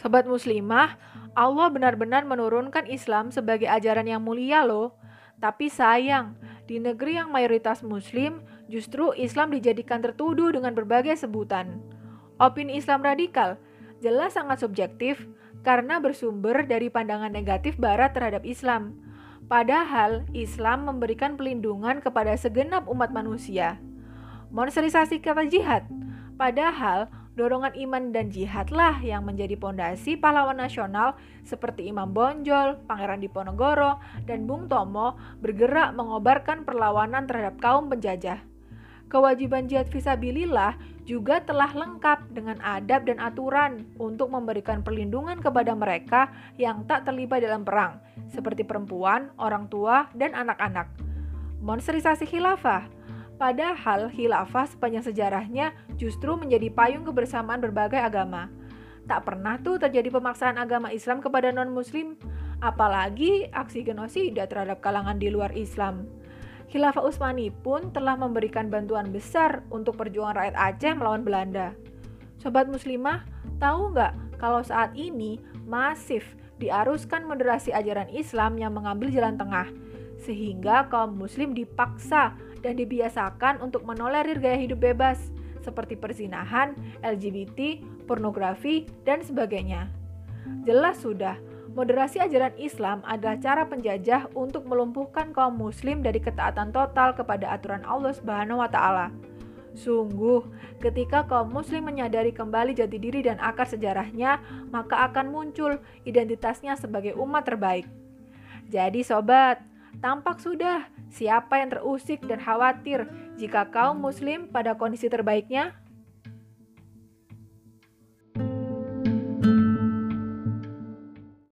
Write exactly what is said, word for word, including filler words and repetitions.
Sobat muslimah, Allah benar-benar menurunkan Islam sebagai ajaran yang mulia loh. Tapi sayang, di negeri yang mayoritas muslim, justru Islam dijadikan tertuduh dengan berbagai sebutan. Opini Islam radikal jelas sangat subjektif karena bersumber dari pandangan negatif Barat terhadap Islam. Padahal Islam memberikan pelindungan kepada segenap umat manusia. Monsterisasi kata jihad, padahal dorongan iman dan jihadlah yang menjadi pondasi pahlawan nasional seperti Imam Bonjol, Pangeran Diponegoro, dan Bung Tomo bergerak mengobarkan perlawanan terhadap kaum penjajah. Kewajiban jihad fisabilillah juga telah lengkap dengan adab dan aturan untuk memberikan perlindungan kepada mereka yang tak terlibat dalam perang, seperti perempuan, orang tua, dan anak-anak. Monsterisasi khilafah, padahal khilafah sepanjang sejarahnya justru menjadi payung kebersamaan berbagai agama. Tak pernah tuh terjadi pemaksaan agama Islam kepada non-muslim, apalagi aksi genosida terhadap kalangan di luar Islam. Khilafah Utsmani pun telah memberikan bantuan besar untuk perjuangan rakyat Aceh melawan Belanda. Sobat muslimah, tahu nggak kalau saat ini masif diaruskan moderasi ajaran Islam yang mengambil jalan tengah, sehingga kaum muslim dipaksa dan dibiasakan untuk menolerir gaya hidup bebas, seperti perzinahan, L G B T, pornografi, dan sebagainya. Jelas sudah, moderasi ajaran Islam adalah cara penjajah untuk melumpuhkan kaum muslim dari ketaatan total kepada aturan Allah Subhanahu wa taala. Sungguh, ketika kaum muslim menyadari kembali jati diri dan akar sejarahnya, maka akan muncul identitasnya sebagai umat terbaik. Jadi sobat, tampak sudah siapa yang terusik dan khawatir jika kaum muslim pada kondisi terbaiknya.